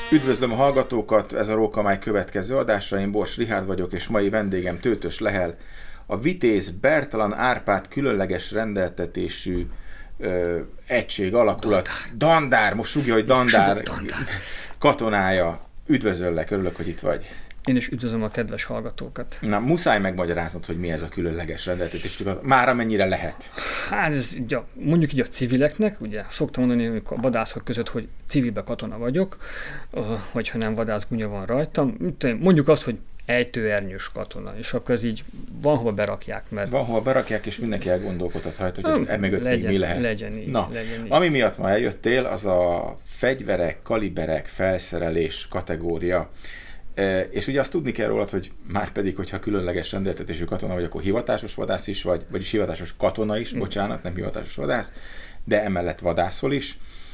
Üdvözlöm a hallgatókat, ez a Rókamály következő adása, én Bors Richárd vagyok, és mai vendégem Tőtös Lehel, a Vitéz Bertalan Árpád különleges rendeltetésű egység, alakulat, Dandár, most súgja, hogy Dandár katonája. Üdvözöllek, örülök, hogy itt vagy. Én is üdvözlöm a kedves hallgatókat. Na, muszáj megmagyaráznod, hogy mi ez a különleges rendeltetés, már amennyire lehet. Hát ez mondjuk így a civileknek, ugye szoktam mondani, hogy a vadászok között, hogy civilbe katona vagyok, vagy ha nem vadászgunya van rajtam. Mondjuk azt, hogy ejtőernyős katona, és akkor ez így van hova berakják. Mert... Van hova berakják, és mindenki elgondolkodhat rajta, hogy ez emögött még mi lehet. Legyen így. Ami miatt ma eljöttél, az a fegyverek, kaliberek, felszerelés kategória. És ugye azt tudni kell rólad, hogy már pedig, hogyha különleges rendeltetésű katona vagy, akkor hivatásos vadász is vagy, vagyis hivatásos katona is, bocsánat, nem hivatásos vadász, de emellett vadászol is.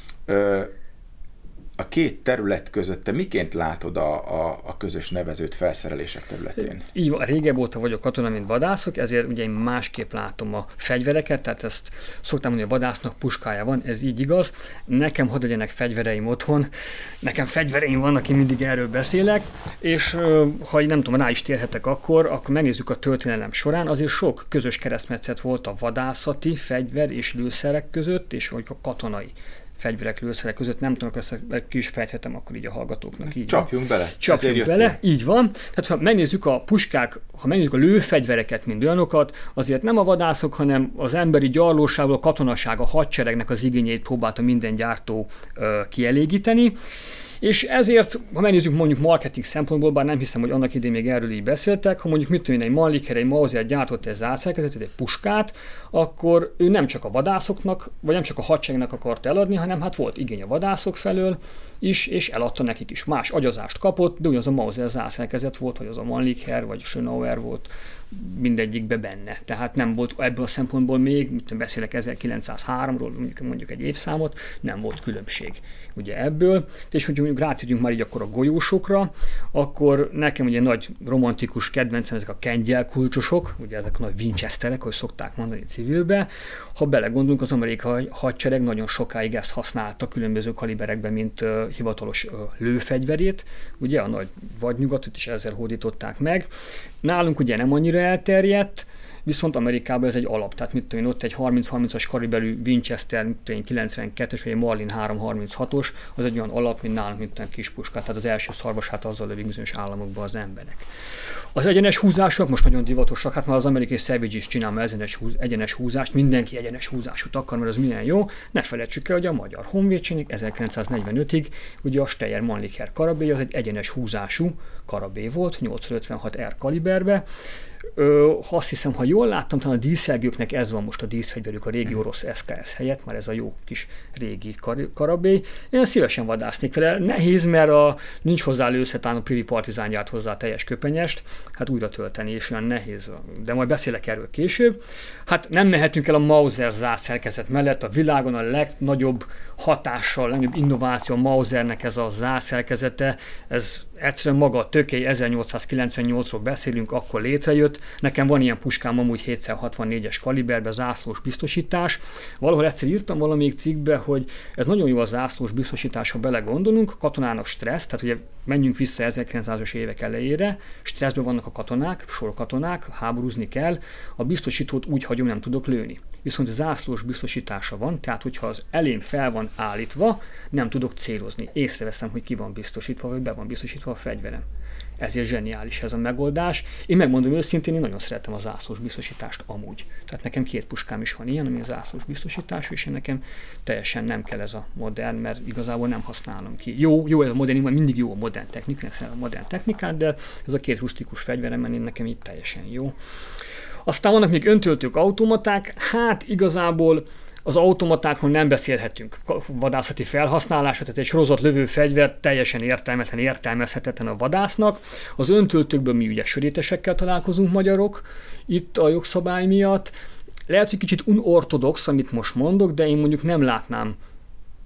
A két terület között te miként látod a közös nevezőt felszerelések területén? Így van, régebb óta vagyok katona, mint vadászok, ezért ugye én másképp látom a fegyvereket, tehát ezt szoktam mondani, hogy a vadásznak puskája van, ez így igaz. Nekem hadd legyenek fegyvereim otthon, nekem fegyvereim vannak, én mindig erről beszélek, és ha nem tudom, rá is térhetek akkor megnézzük a történelem során, azért sok közös keresztmetszet volt a vadászati fegyver és lőszerek között, és a katonai fegyverek, lőszerek között, nem tudom, ezt ki is fejthetem akkor így a hallgatóknak. Így Csapjunk bele. Csapjunk bele, így van. Tehát ha megnézzük a puskák, ha megnézzük a lőfegyvereket, mint olyanokat, azért nem a vadászok, hanem az emberi gyarlóságból, a katonaság, a hadseregnek az igényeit próbálta minden gyártó kielégíteni. És ezért, ha megnézzük mondjuk marketing szempontból, bár nem hiszem, hogy annak idején még erről így beszéltek, ha mondjuk mit tudom én, egy Mannlicher, egy Mauser gyártott egy zárszerkezetet, egy puskát, akkor ő nem csak a vadászoknak, vagy nem csak a hadseregnek akart eladni, hanem hát volt igény a vadászok felől is, és eladta nekik is. Más agyazást kapott, de ugyanaz a Mauser zárszerkezet volt, vagy az a Mannlicher, vagy Schönauer volt mindegyikbe benne. Tehát nem volt ebből a szempontból még, beszélek 1903-ról, mondjuk egy évszámot, nem volt különbség ugye ebből. És hogyha mondjuk rátérjünk már így akkor a golyósokra, akkor nekem ugye nagy romantikus kedvencem ezek a kengyelkulcsosok, ugye ezek a nagy Winchesterek, ahogy szokták mondani civilbe. Ha belegondolunk, az amerikai hadsereg nagyon sokáig ezt használta különböző kaliberekben, mint hivatalos lőfegyverét, ugye a nagy vadnyugatot is ezzel hódították meg. Nálunk ugye nem annyira elterjedt, viszont Amerikában ez egy alap, tehát mit tudom én, ott egy 30-30-as kaliberű Winchester, mit tudom én, 92-es, vagy egy Marlin 336-os, az egy olyan alap, mint nálunk, mint olyan kis puskát, tehát az első szarvasát azzal lövik bizonyos államokban az emberek. Az egyenes húzások most nagyon divatosak, hát már az amerikai Savage is csinál már egyenes húzást, mindenki egyenes húzásút akar, mert az milyen jó. Ne felejtsük el, hogy a magyar honvédségnek 1945-ig ugye a Steyr Mannlicher karabély az egy egyenes húzású karabély volt, 856 R kaliberbe. Azt hiszem, ha jól láttam, talán a díszelgőknek ez van most a díszfegyverük, a régi orosz SKS helyett, már ez a jó kis régi karabély. Én szívesen vadásznék vele. Nehéz, mert nincs hozzá lősze, talán a Privi Partizán gyárt hozzá a teljes köpenyest, hát újra tölteni, és olyan nehéz. De majd beszélek erről később. Hát nem mehetünk el a Mauser zárszerkezet mellett, a világon a legnagyobb hatással, a legnagyobb innováció a Mausernek ez a zárszerkezete, ez egyszerűen maga a tökély, 1898-ról beszélünk, akkor létrejött. Nekem van ilyen puskám amúgy 764-es kaliberbe, zászlós biztosítás. Valahol egyszer írtam valamelyik cikkbe, hogy ez nagyon jó a zászlós biztosítás, ha belegondolunk, katonának stressz, tehát ugye menjünk vissza 1900-as évek elejére, stresszben vannak a katonák, sorkatonák, háborúzni kell, a biztosítót úgy hagyom, nem tudok lőni. Viszont zászlós biztosítása van, tehát hogyha az elém fel van állítva, nem tudok célozni. Észreveszem, hogy ki van biztosítva, vagy be van biztosítva a fegyverem. Ezért zseniális ez a megoldás. Én megmondom őszintén, én nagyon szeretem a zászlós biztosítást amúgy. Tehát nekem 2 puskám is van ilyen, ami a zászlós biztosítás, és én nekem teljesen nem kell ez a modern, mert igazából nem használom ki. Jó ez a modern, mindig jó a modern technika, a modern technikát, de ez a 2 rusztikus fegyverem, mert nekem itt teljesen jó. Aztán vannak még öntöltők, automaták, hát igazából az automatákról nem beszélhetünk. Vadászati felhasználása, tehát egy sorozat lövő fegyver teljesen értelmezhetetlen a vadásznak. Az öntöltőkből mi ugye sörétesekkel találkozunk magyarok itt a jogszabály miatt. Lehet, hogy kicsit unortodox, amit most mondok, de én mondjuk nem látnám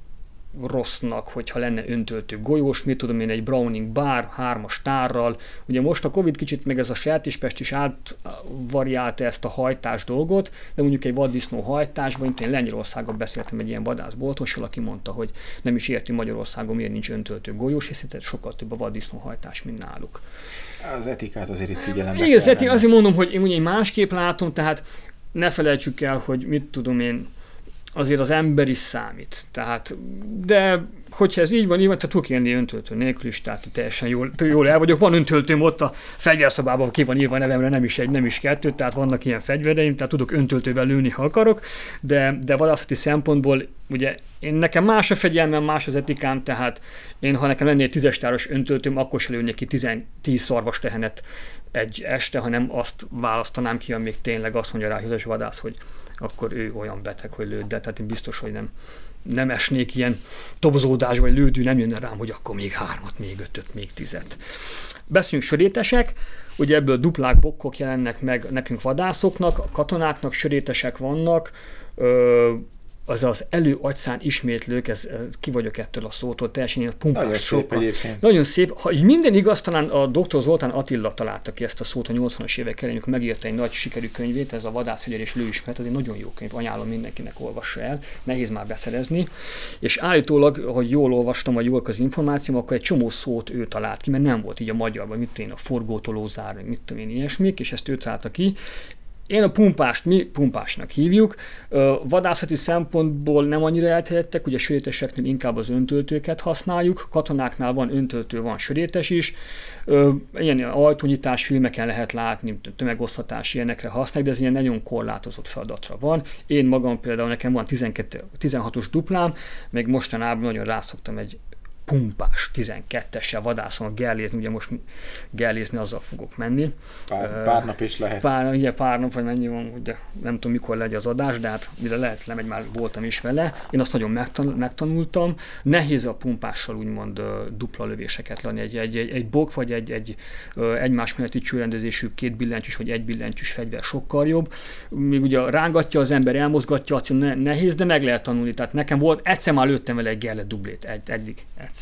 rossznak, hogyha lenne öntöltő golyós, mit tudom én, egy Browning bár 3-as tárral. Ugye most a Covid kicsit meg ez a sertéspest is átvariálta ezt a hajtás dolgot, de mondjuk egy vaddisznó hajtásban, én Lengyelországban beszéltem egy ilyen vadászboltossal, aki mondta, hogy nem is érti Magyarországon miért nincs öntöltő golyós, hiszen sokkal több a vaddisznó hajtás, mint náluk. Az etikát azért itt figyelembe kell. Igen, azért mondom, hogy én ugye másképp látom, tehát ne felejtsük el, hogy mit tudom én, azért az ember is számít. Tehát, de hogyha ez így van, tehát tudok élni öntöltő nélkül is, tehát teljesen jól el vagyok. Van öntöltőm ott a fegyverszobában, ki van írva a nevemre, nem is egy, nem is kettő, tehát vannak ilyen fegyvereim, tehát tudok öntöltővel lőni, ha akarok, de vadászati szempontból ugye nekem más a fegyelmem, más az etikám, tehát én, ha nekem lenne egy 10-es táros öntöltőm, akkor se lőnék ki 10 szarvas tehenet egy este, hanem azt választanám ki, amíg tényleg azt mondja rá a híres vadász, hogy akkor ő olyan beteg, hogy lőd, de tehát én biztos, hogy nem esnék ilyen tobzódás, vagy lődű, nem jönne rám, hogy akkor még 3-at, még 5-öt, még 10-et. Beszéljünk sörétesek, ugye ebből duplák, bokkok jelennek meg nekünk vadászoknak, a katonáknak sörétesek vannak, az előagyszán ismétlők, ez ki vagyok ettől a szótól, teljesen ilyen pumpás sokkal. Nagyon szép. Ha így minden igaz, talán a dr. Zoltán Attila találta ki ezt a szót a 80-as évek elején, amikor megírta egy nagy sikerű könyvét, ez a Vadászfegyver és lőismeret, ez egy nagyon jó könyv, ajánlom mindenkinek, olvassa el, nehéz már beszerezni. És állítólag, hogy jól olvastam, vagy jól az információm, akkor egy csomó szót ő talált ki, mert nem volt így a magyarban, mit tudom én, a forgótolózár, vagy mit tudom én, ilyesmik, és ezt ő találta ki. Én a pumpást mi pumpásnak hívjuk. Vadászati szempontból nem annyira elterjedtek, ugye a söréteseknél inkább az öntöltőket használjuk, katonáknál van öntöltő, van sörétes is. Ilyen ajtónyitás filmeken lehet látni, tömegosztatás ilyenekre használják, de ez ilyen nagyon korlátozott feladatra van. Én magam például, nekem van 16-os duplám, még mostanában nagyon rászoktam egy pumpás 12-essel vadászom a gerlézni, ugye most gerlézni azzal fogok menni. Pár nap is lehet. Pár nap, vagy mennyi van, ugye nem tudom mikor legyen az adás, de hát mire lehet, lemegy, már voltam is vele. Én azt nagyon megtanultam. Nehéz a pumpással úgymond dupla lövéseket lenni. Egy bok, vagy egy egymás melletti csőrendezésű 2 billentyűs, vagy 1 billentyűs fegyver sokkal jobb. Még ugye rángatja az ember, elmozgatja, azt nehéz, de meg lehet tanulni. Tehát nekem volt, egyszer már lőttem vele egy gerlet dublét, egyszer.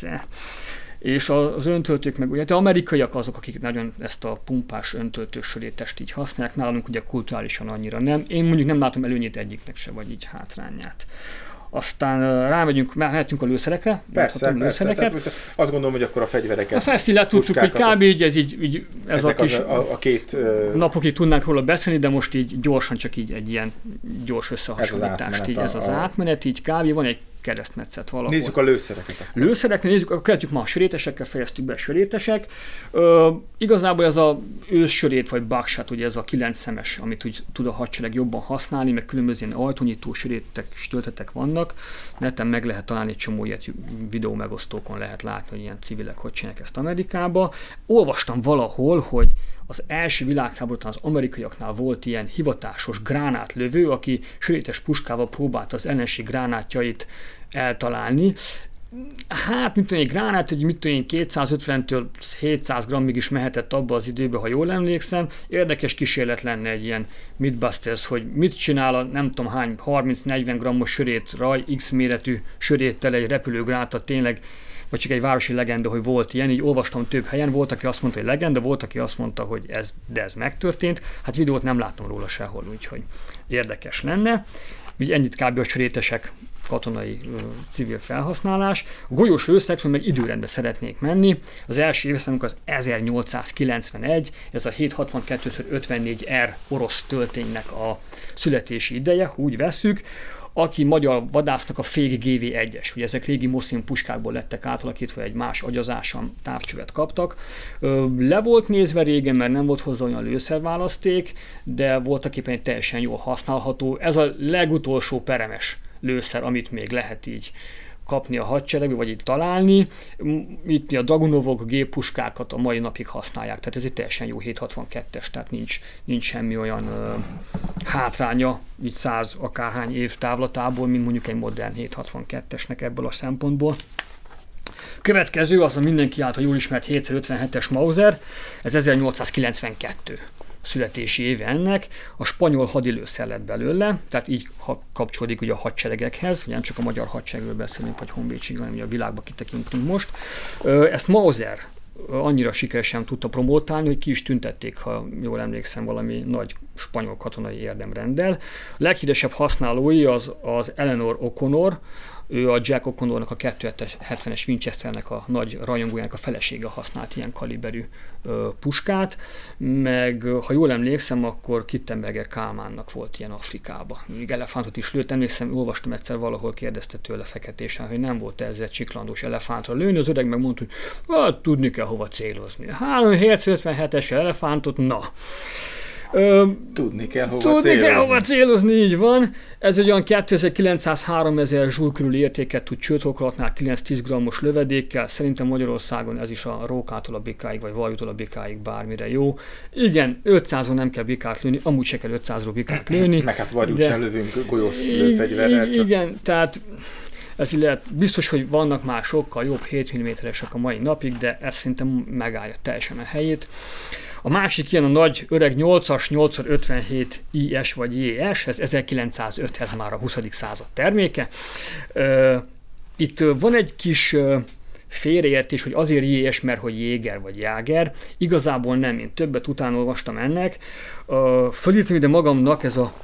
És az öntöltők meg ugye, de amerikaiak azok, akik nagyon ezt a pumpás öntöltős sörétest így használják, nálunk ugye kulturálisan annyira nem. Én mondjuk nem látom előnyét egyiknek se, vagy így hátrányát. Aztán mehetünk a lőszerekre. Persze. Azt gondolom, hogy akkor a fegyvereket. A felszíllel tudtuk, hogy kb. Így ez a kis a két napokig tudnánk róla beszélni, de most így gyorsan csak így egy ilyen gyors összehasonlítást. Ez az átmenet, így kb. Van egy keresztmetszet valahol. Nézzük a lőszereket. Lőszereknél nézzük, akkor kezdjük ma a sörétesekkel, fejeztük be a sörétesek. Igazából ez a őssörét vagy buckshot, ugye ez a 9 szemes, amit úgy tud a hadsereg jobban használni, meg különböző ilyen ajtónyitó sörétek, töltetek vannak. Neten meg lehet találni egy csomó ilyet, videó megosztókon lehet látni, hogy ilyen civilek hogy csinálják ezt Amerikába. Olvastam valahol, hogy az első világháborúban az amerikaiaknál volt ilyen hivatásos gránátlövő, aki sörétes puskával próbálta az ellenség gránátjait eltalálni. Hát, mint tudom, egy gránát, egy 250-től 700 grammig is mehetett abba az időbe, ha jól emlékszem. Érdekes kísérlet lenne egy ilyen Mythbusters, hogy mit csinál a nem tudom hány 30-40 grammos sörétraj, X méretű söréttel egy repülőgránátot tényleg, vagy csak egy városi legenda, hogy volt ilyen, így olvastam több helyen, volt, aki azt mondta, hogy legenda, volt, aki azt mondta, hogy ez megtörtént. Hát videót nem láttam róla sehol, úgyhogy érdekes lenne. Így ennyit kb. A sörétesek katonai civil felhasználás. A golyós lőszerekről meg időrendbe szeretnék menni. Az első évszámunk az 1891, ez a 762x54R orosz tölténynek a születési ideje, úgy vesszük. Aki magyar vadásznak a Fék GV1-es, ugye ezek régi moszlin puskákból lettek átalakítva, egy más agyazáson távcsövet kaptak. Le volt nézve régen, mert nem volt hozzá olyan lőszerválaszték, de voltak éppen egy teljesen jól használható. Ez a legutolsó peremes lőszer, amit még lehet így kapni a hadseregbe, vagy itt találni. Itt a Dragunovok, a géppuskákat a mai napig használják, tehát ez egy teljesen jó 762-es, tehát nincs semmi olyan hátránya, így 100 akárhány év távlatából, mint mondjuk egy modern 762-esnek ebből a szempontból. Következő az a mindenki által jól ismert 757-es Mauser, ez 1892. születési éve ennek, a spanyol hadilőszer lett belőle, tehát így kapcsolódik ugye a hadseregekhez, nem csak a magyar hadseregről beszélünk, vagy honvédségről, hanem ugye a világba kitekintünk most. Ezt Mauser annyira sikeresen tudta promotálni, hogy ki is tüntették, ha jól emlékszem, valami nagy spanyol katonai érdemrenddel. A leghíresebb használói az Eleanor O'Connor, ő a Jack O'Connornak a 270-es Winchesternek a nagy rajongójának a felesége használt ilyen kaliberű puskát, meg ha jól emlékszem, akkor Kittenberger Kálmánnak volt ilyen Afrikába. Még elefántot is lőtt, emlékszem, olvastam egyszer valahol, kérdezte tőle Feketésen, hogy nem volt ezzel csiklandós elefántra lőni, az öreg meg mondta, hogy tudni kell hova célozni. 757-es elefántot, na. Tudni kell hova célozni, így van. Ez egy olyan 2900-3000 zsúl körül értéket tud csőtorkolatnál 9-10 grammos lövedékkel. Szerintem Magyarországon ez is a rókától a bikáig, vagy vajútól a bikáig bármire jó. Igen, 500-on nem kell bikát lőni, amúgy se kell 500-ról bikát lőni. Meg hát vajút sem lövünk golyós lőfegyverrel. Igen, tehát ez lehet, biztos, hogy vannak már sokkal jobb 7 mm-esek a mai napig, de ez szerintem megállja teljesen a helyét. A másik ilyen a nagy öreg 8-as 8x57 IS vagy JS, ez 1905-hez már a 20. század terméke. Itt van egy kis félreértés, hogy azért JS, mert hogy Jéger vagy Jáger. Igazából nem, én többet utána olvastam ennek. Fölírtam ide magamnak ez a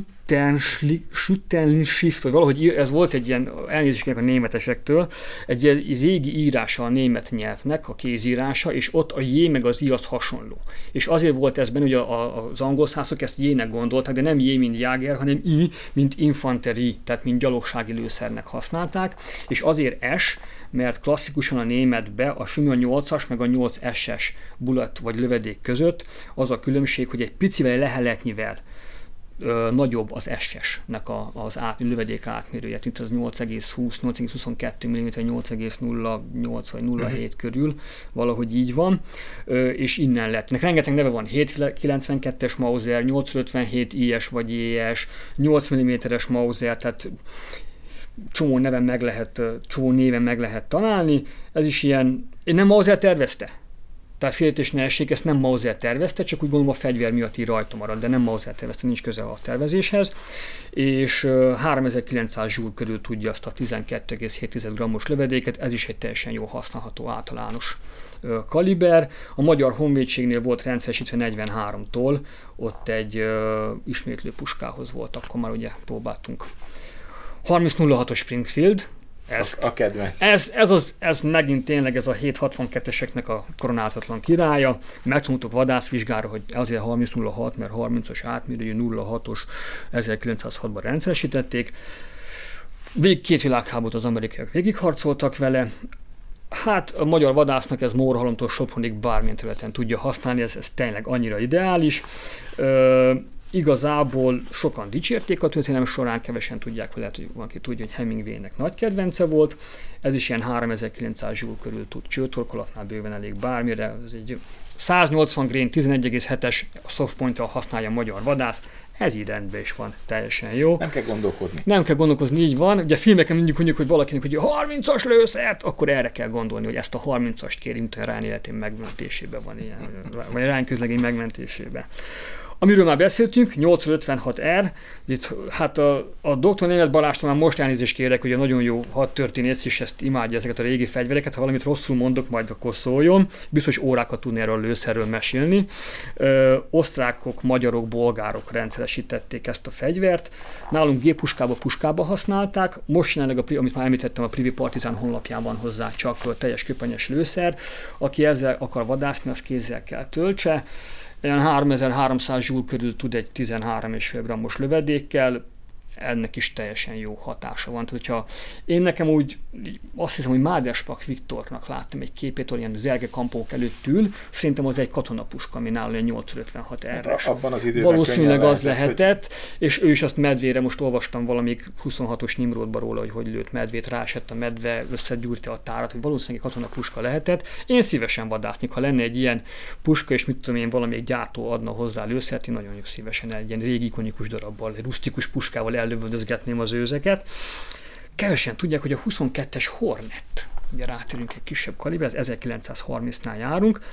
Schüttenschrift, vagy valahogy ez volt egy ilyen, elnézést a németesektől, egy ilyen régi írása a német nyelvnek, a kézírása, és ott a J meg az I az hasonló. És azért volt ez benne, hogy az angol szászok ezt J-nek gondolták, de nem J, mint Jáger, hanem I, mint infanteri, tehát mint gyalogsági lőszernek használták, és azért S, mert klasszikusan a németbe a sima 8-as meg a 8S-es bullet vagy lövedék között az a különbség, hogy egy picivel leheletnyivel nagyobb az SS-nek az lövedék átmérője, mint az 8,20-8,22 mm, 8,08 vagy 0,7 körül, valahogy így van, és innen lett. Ennek rengeteg neve van, 7,92-es Mauser, 8,57 IS vagy ES, 8 mm-es Mauser, tehát csomó néven meg lehet találni. Ez is ilyen, nem Mauser tervezte. Tehát félretés ne essék, ezt nem Mauser tervezte, csak úgy gondolom a fegyver miatt így rajta marad, de nem Mauser tervezte, nincs köze a tervezéshez, és 3900 zsúl körül tudja azt a 12,7 grammos lövedéket, ez is egy teljesen jó használható általános kaliber. A Magyar Honvédségnél volt rendszeresítve 43-tól, ott egy ismétlő puskához volt, akkor már ugye próbáltunk. 3006-os Springfield, a kedvenc. Ez megint tényleg ez a 762-eseknek a koronázatlan királya. Megtanultuk vadászvizsgára, hogy azért 3006, mert 30-as átmérőjű 06-os 1906-ban rendszeresítették. Két világháborút az amerikaiak végigharcoltak vele. Hát a magyar vadásznak ez Mórahalomtól Sopronig bármilyen területen tudja használni, ez tényleg annyira ideális. Igazából sokan dicsérték a történelem során, kevesen tudják, hogy lehet, hogy van, aki tudja, hogy Hemingwaynek nagy kedvence volt. Ez is ilyen 3900 zsúl körül tud csőtorkolatnál bőven elég bármire. Ez egy 180 grain, 11,7-es softpoint-tal használja a magyar vadász. Ez így rendben is van, teljesen jó. Nem kell gondolkodni. Nem kell gondolkozni, így van. Ugye a filmeken mindig mondjuk, hogy valakinek, hogy a 30-as lőszert, akkor erre kell gondolni, hogy ezt a 30-ast kéri, mint a Rán életén megmentésében van ilyen, vagy a Rán közlegény megmentésében. Amiről már beszéltünk, 856R, itt hát a Dr. Németh Balástól már most elnézést kérek, hogy a nagyon jó hadtörténész is ezt imádja, ezeket a régi fegyvereket, ha valamit rosszul mondok, majd akkor szóljon, biztos órákat tudni erről a lőszerről mesélni. Osztrákok, magyarok, bolgárok rendszeresítették ezt a fegyvert, nálunk gépuskába használták, most jelenleg, amit már említettem, a Privy Partizán honlapján van hozzá csak teljes köpenyes lőszer, aki ezzel akar vadászni, az kézzel kell töltse. Olyan 3300 zsúl körül tud egy 13,5 grammos lövedékkel, ennek is teljesen jó hatása van. Tehát, hogyha én nekem úgy azt hiszem, hogy Mádespak Viktornak láttam egy képét, olyan zerge kampók előtt ül, szerintem az egy katonapuska, ami nála 856 R-es. Abban az időben valószínűleg az lehetett, és ő is azt medvére, most olvastam valamik 26-os Nimrodban róla, hogy lőtt medvét, ráesett a medve, összegyúrta a tárat, hogy valószínűleg egy katonapuska lehetett. Én szívesen vadásznék, ha lenne egy ilyen puska, és mit tudom én, valamelyik gyártó adna hozzá lőszert, én nagyon szívesen egy ilyen régi ikonikus darabbal, egy rusztikus puskával ellövöldözgetném az őzeket. Kevesen tudják, hogy a 22-es Hornet, ugye rátérünk egy kisebb kaliber, ez 1930-nál járunk,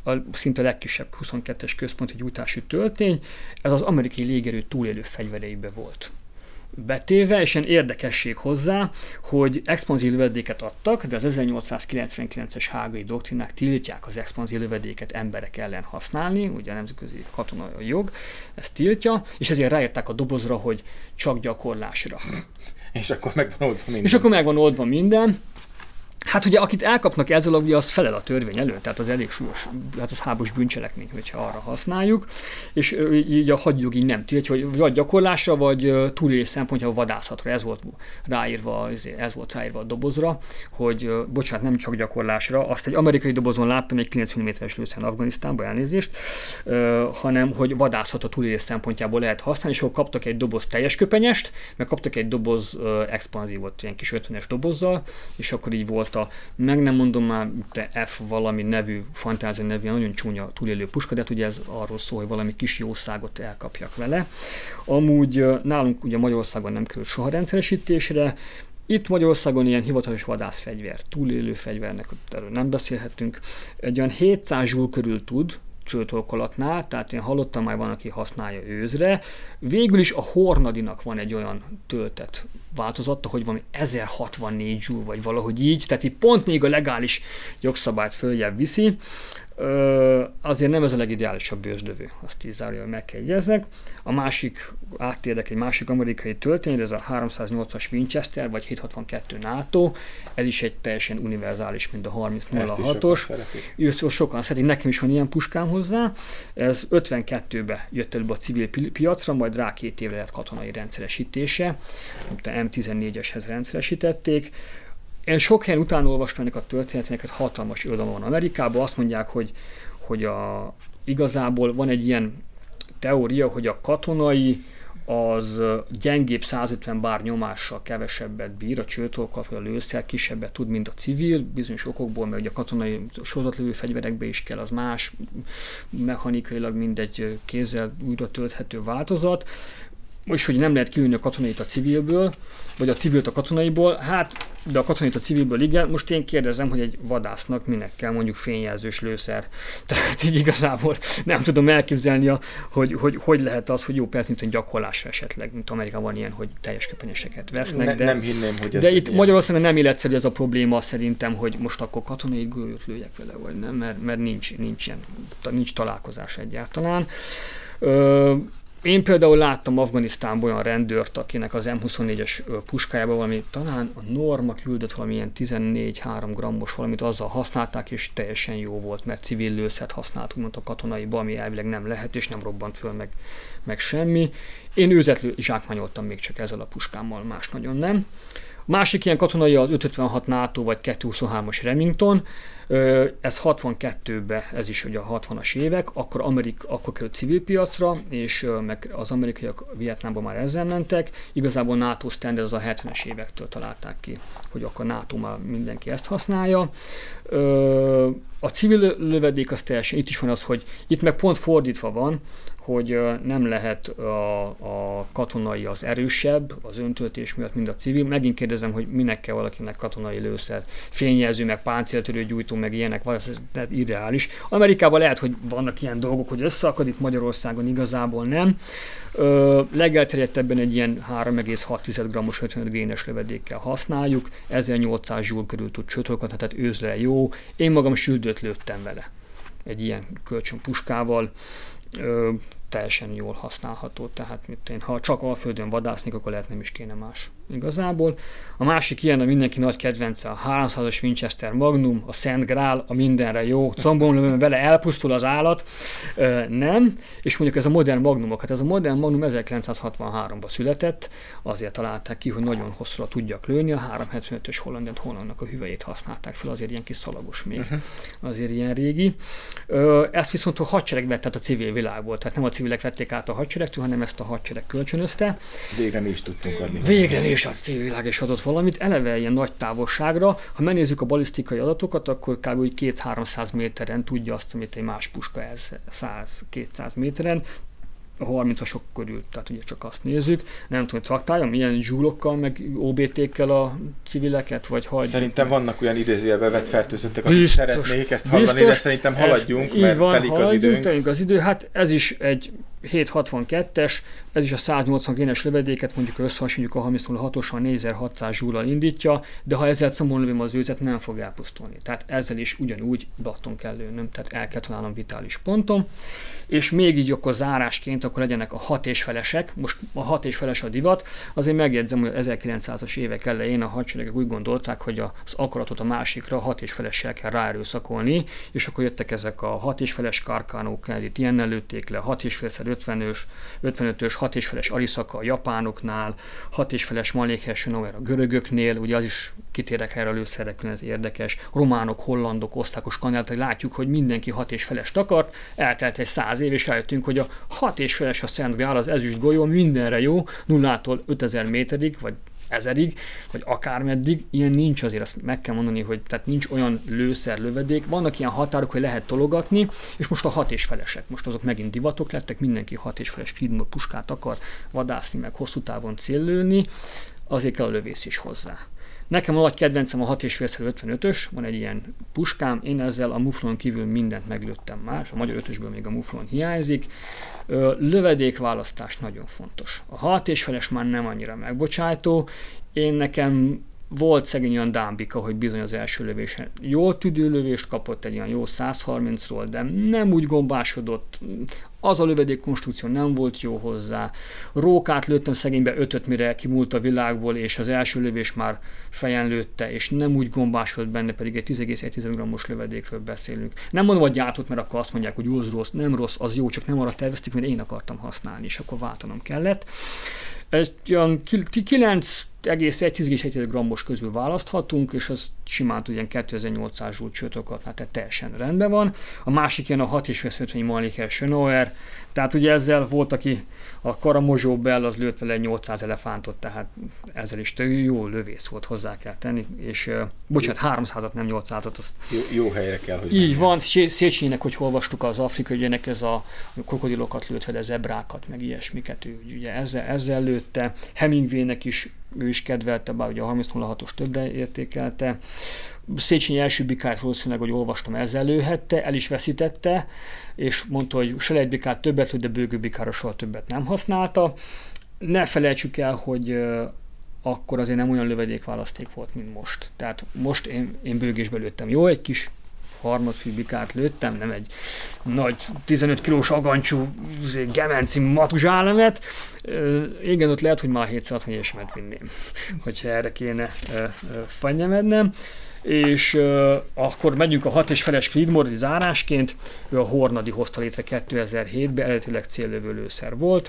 a szinte legkisebb 22-es központi gyújtású töltény, ez az amerikai légierő túlélő fegyvereibe volt betéve, és ilyen érdekesség hozzá, hogy expanzív lövedéket adtak, de az 1899-es hágai doktrinák tiltják az expanzív lövedéket emberek ellen használni, ugye a nemzetközi katonai jog ezt tiltja, és ezért ráírták a dobozra, hogy csak gyakorlásra. És akkor megvan oldva minden. Hát ugye, akit elkapnak ezzel, ugye az felel a törvény előtt, tehát az elég súlyos, hát az háborús bűncselekmény, hogyha arra használjuk, és így a hadjog így nem tiltja, hogy vagy gyakorlásra, vagy túlélés szempontjából vadászatra, ez volt ráírva a dobozra, hogy bocsánat, nem csak gyakorlásra, azt egy amerikai dobozon láttam, egy 9 mm-es lőszeren Afganisztánban, elnézést, hanem hogy vadászatra túlélés szempontjából lehet használni, és akkor kaptak egy doboz teljes köpenyest, meg kaptak egy doboz expanzívot, ilyen kis 50-es dobozzal, és akkor így volt meg nem mondom már, de F valami nevű, fantázia nevű, nagyon csúnya túlélő puska, de hát ugye ez arról szól, hogy valami kis jószágot elkapjak vele. Amúgy nálunk ugye Magyarországon nem került soha rendszeresítésre, itt Magyarországon ilyen hivatalos vadászfegyver, túlélő fegyvernek, erről nem beszélhetünk, egy olyan 700 zsúl körül tud, csőtolkolatnál, tehát én hallottam, már van, aki használja őzre. Végül is a Hornadinak van egy olyan töltett változata, hogy valami 1064 joule, vagy valahogy így, tehát így pont még a legális jogszabályt följebb viszi. Azért nem ez a legideálisabb bőzslövő, azt így zárójelben meg kell jegyezzek. A másik, áttérek egy másik amerikai töltény, ez a 308-as Winchester, vagy 762 NATO, ez is egy teljesen univerzális, mint a 3006-os. Sokan szeretik, nekem is van ilyen puskám hozzá. Ez 52-ben jött elő a civil piacra, majd rá 2 évre lett katonai rendszeresítése. A M14-eshez rendszeresítették. Én sok helyen utána olvastam ennek a történetnek, hatalmas irodalom van Amerikában. Azt mondják, hogy igazából van egy ilyen teória, hogy a katonai az gyengébb 150 bár nyomással kevesebbet bír, a csőtolkat vagy a lőszer kisebbet tud, mint a civil, bizonyos okokból, mert ugye a katonai sorozatlövő fegyverekbe is kell, az más, mechanikailag mindegy kézzel újra tölthető változat. És hogy nem lehet kiülni a katonait a civilből, vagy a civilt a katonaiból, hát, de a katonait a civilből igen. Most én kérdezem, hogy egy vadásznak minek kell mondjuk fényjelzős lőszer. Tehát így igazából nem tudom elképzelni, hogy lehet az, hogy jó, persze, mint gyakorlásra esetleg, mint Amerikában van ilyen, hogy teljes köpenyeseket vesznek. Nem hinném, hogy ez de itt Magyarországon nem életszerű ez a probléma szerintem, hogy most akkor katonai gőt lőjek vele, vagy nem, mert nincs találkozás egyáltalán. Én például láttam Afganisztánban olyan rendőrt, akinek az M24-es puskájában valami, talán a Norma küldött valamilyen 14-3 grammos valamit, azzal használták, és teljesen jó volt, mert civil lőszert használt, úgymond a katonaiba, ami elvileg nem lehet, és nem robbant föl meg semmi. Én őzetlő zsákmányoltam még csak ezzel a puskámmal, más nagyon nem. Másik ilyen katonai az 556 NATO vagy 223-as Remington, ez 62-ben, ez is ugye a 60-as évek, akkor került civil piacra, és meg az amerikaiak Vietnámban már ezzel mentek. Igazából NATO standard az a 70-es évektől találták ki, hogy akkor NATO már mindenki ezt használja. A civil lövedék az teljesen, itt is van az, hogy itt meg pont fordítva van, hogy nem lehet a katonai az erősebb, az öntöltés miatt, mint a civil. Megint kérdezem, hogy minek kell valakinek katonai lőszer, fényjelző, meg páncéltörő gyújtó, meg ilyenek, ez irreális. Amerikában lehet, hogy vannak ilyen dolgok, hogy összeakad, itt Magyarországon igazából nem. Legelterjedtebben egy ilyen 3,6 grammos 55 génes lövedékkel használjuk, 1800 zsúl körül tud csötölködni, tehát őzre jó. Én magam süldőt lőttem vele egy ilyen kölcsönpuskával, teljesen jól használható, tehát ha csak Alföldön vadásznék, akkor lehet nem is kéne más igazából. A másik ilyen, a mindenki nagy kedvence, a 300-as Winchester Magnum, a Szent Grál, a mindenre jó, combon vele elpusztul az állat, nem, és mondjuk ez a modern Magnumok, hát ez a modern Magnum 1963-ban született, azért találták ki, hogy nagyon hosszúra tudjak lőni, a 375-ös Hollandnak a hüvelyét használták fel, azért ilyen kis szalagos még, azért ilyen régi. Ezt viszont a hadsereg vett, tehát a civil világból, tehát nem a civilek vették át a hadseregtől, hanem ezt a hadsereg kölcsönözte. Végre mi is tudtunk adni. Végre és a civil világ is adott valamit, eleve ilyen nagy távolságra. Ha megnézzük a balisztikai adatokat, akkor kb. 200-300 méteren tudja azt, amit egy más puska ez 100-200 méteren. a 30-asok körül, tehát ugye csak azt nézzük. Nem tudom, hogy traktáljam milyen zsúlokkal, meg OBT-kkel a civileket, vagy hagyjuk. Szerintem vannak olyan idézőjelbe vett fertőzöttek, akik szeretnék ezt hallani, de szerintem haladjunk, mert telik az idő. Hát ez is egy 762-es, ez is a 180 génes lövedéket, mondjuk összehasonlítjuk a 3006-osan 4600 zsúllal indítja, de ha ezzel combon lövöm az őzet, nem fog elpusztulni. Tehát ezzel is ugyanúgy blatton kell lőnöm, tehát el kell találnom vitális pontom. És még így akkor zárásként akkor legyenek a 6,5-esek, most a 6,5-es a divat, azért megjegyzem, hogy az 1900-as évek elején a hadseregek úgy gondolták, hogy az akaratot a másikra 6,5-essel kell ráerőszakolni, és akkor jöttek ezek a 6,5-es karkánók, itt ilyennel lőtték le, 6,5-50-ös, 55-ös, 6,5-es Arisaka a japánoknál, 6,5-es Malik-Eisenhower a görögöknél, ugye az is kitérek erre a lőszerekről, ez érdekes, románok, hollandok, osztrákok, skandinávok, látjuk, hogy mindenki 6,5-est akart, eltelt egy 100 év, és rájöttünk, hogy a 6,5-es a Szent Grál, az ezüst golyó mindenre jó, 0-tól 5000 méterig, vagy 1000-ig, vagy akármeddig, ilyen nincs, azért azt meg kell mondani, hogy tehát nincs olyan lőszer, lövedék, vannak ilyen határok, hogy lehet tologatni, és most a 6,5-esek, most azok megint divatok lettek, mindenki 6,5-es Creedmoor puskát akar vadászni, meg hosszú távon céllőni, azért kell a lövész is hozzá. Nekem a nagy kedvencem a 6,5x55-ös, van egy ilyen puskám, én ezzel a muflon kívül mindent meglőttem már, a magyar 5-ösből még a muflon hiányzik. Lövedékválasztás nagyon fontos. A 6,5-es már nem annyira megbocsájtó, nekem volt szegény olyan dámbika, hogy bizony az első lövésen jól tüdőlövést kapott, egy olyan jó 130-ról, de nem úgy gombásodott, az a lövedék konstrukció nem volt jó hozzá. Rókát lőttem szegénybe 5-öt, mire kimúlt a világból, és az első lövés már fejen lőtte, és nem úgy gombásodott benne, pedig egy 10,1 g-os lövedékről beszélünk. Nem mondom, hogy gyártott, mert akkor azt mondják, hogy jó, az rossz, nem rossz, az jó, csak nem arra tervezték, mert én akartam használni, és akkor váltanom kellett. Egy olyan 9,1 g-os közül választhatunk, és az simán ilyen 2800 zsúlt csötokat, tehát teljesen rendben van. A másik ilyen a 6,5-50 Malik-Eisenhower, tehát ugye ezzel volt, aki a Karamozsó Bell, az lőtt vele 800 elefántot, tehát ezzel is jó lövész volt, hozzá kell tenni, és bocsánat, 300-at, nem 800-at. Azt jó helyre kell, hogy így van, Széchenyinek, hogy olvastuk az afrikai ügyének, ez a krokodilokat lőtt vele, zebrákat, meg ilyesmiket, ő ugye ezzel lőtte. Hemingwaynek is, ő is kedvelte, bár ugye a 3006-os többre értékelte. Széchenyi első bikáját valószínűleg, hogy olvastam, ezzel lőhette, el is veszítette, és mondta, hogy selejtbikát többet lőtt, de bőgőbikára soha többet nem használta. Ne felejtsük el, hogy akkor azért nem olyan lövedékválaszték volt, mint most. Tehát most én bőgésbe lőttem. Jó, egy kis harmadfű bikát lőttem, nem egy nagy 15 kilós agancsú gemenci matuzsálemet. Igen, ott lehet, hogy már 760-esemet vinném, hogyha erre kéne fennyemednem. És akkor megyünk a 6,5-es Creedmoor zárásként, ő a Hornady hozta létre 2007-ben, eredetileg céllövő lőszer volt.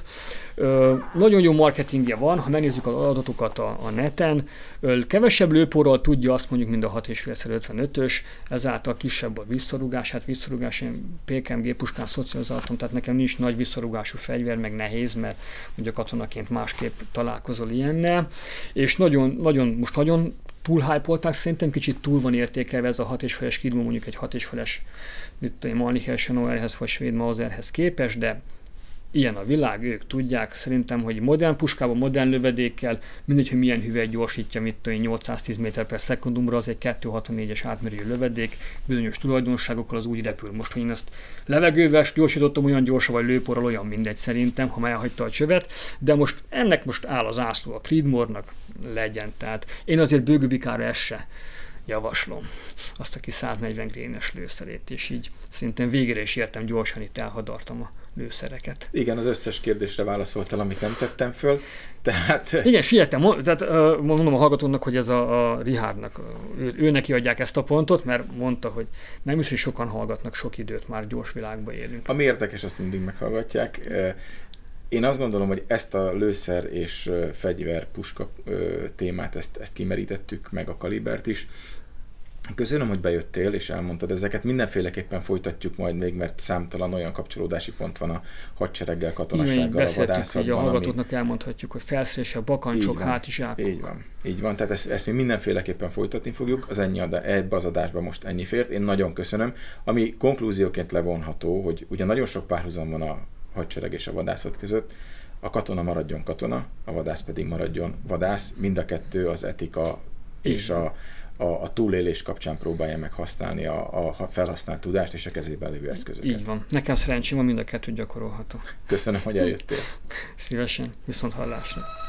Nagyon jó marketingje van, ha megnézzük az adatokat a neten, kevesebb lőporral tudja azt mondjuk, mint a 6,5x55-ös, ezáltal kisebb a visszarúgás, hát visszarúgás, én PKM puskán szocializáltam, tehát nekem nincs nagy visszarúgású fegyver, meg nehéz, mert ugye katonaként másképp találkozol ilyennel, és most nagyon túlhypolták, szerintem kicsit túl van értékelve ez a 6,5-es Creedmoor, mondjuk egy 6,5-es Malik-Eisenhowerhez vagy svéd Mauserhez képest, de ilyen a világ, ők tudják, szerintem, hogy modern puskában, modern lövedékkel, mindegy, hogy milyen hüvelyt gyorsítja, 810 méter/szekundumra, az egy 264-es átmérőjű lövedék, bizonyos tulajdonságokkal az úgy repül. Most, hogy én ezt levegővel gyorsítottam, olyan gyorsan, vagy lőporral, olyan mindegy szerintem, ha már elhagyta a csövet, de ennek most áll az ászló a Creedmoornak, legyen. Tehát én azért bőgőbikára ezt se javaslom, azt, aki 140 grénes lőszerét, és így szintén végére is értem, gyorsan itt elhadartam a lőszereket. Igen, az összes kérdésre válaszoltál, amit nem tettem föl, tehát... Igen, siettem, tehát mondom a hallgatónak, hogy ez a Richardnak, ő neki adják ezt a pontot, mert mondta, hogy nem is, hogy sokan hallgatnak sok időt, már gyors világban élünk. Ami érdekes, azt mindig meghallgatják. Én azt gondolom, hogy ezt a lőszer és fegyver, puska témát, ezt kimerítettük, meg a kalibert is. Köszönöm, hogy bejöttél és elmondtad ezeket. Mindenféleképpen folytatjuk majd még, mert számtalan olyan kapcsolódási pont van a hadsereggel, katonassággal, a vadászatban. A hallgatóknak elmondhatjuk, hogy felszerelések, bakancsok, hátizsákok. Így van. Tehát ezt mi mindenféleképpen folytatni fogjuk. Az ebbe az adásban most ennyi fért. Én nagyon köszönöm. Ami konklúzióként levonható, hogy ugye nagyon sok párhuzam van a hadsereg és a vadászat között. A katona maradjon katona, a vadász pedig maradjon vadász. Mind a kettő az etika és a túlélés kapcsán próbálja meg használni a felhasznált tudást és a kezében lévő eszközöket. Így van. Nekem szerencsém van, mind a kettőt gyakorolhatom. Köszönöm, hogy eljöttél. Szívesen. Viszont hallásra.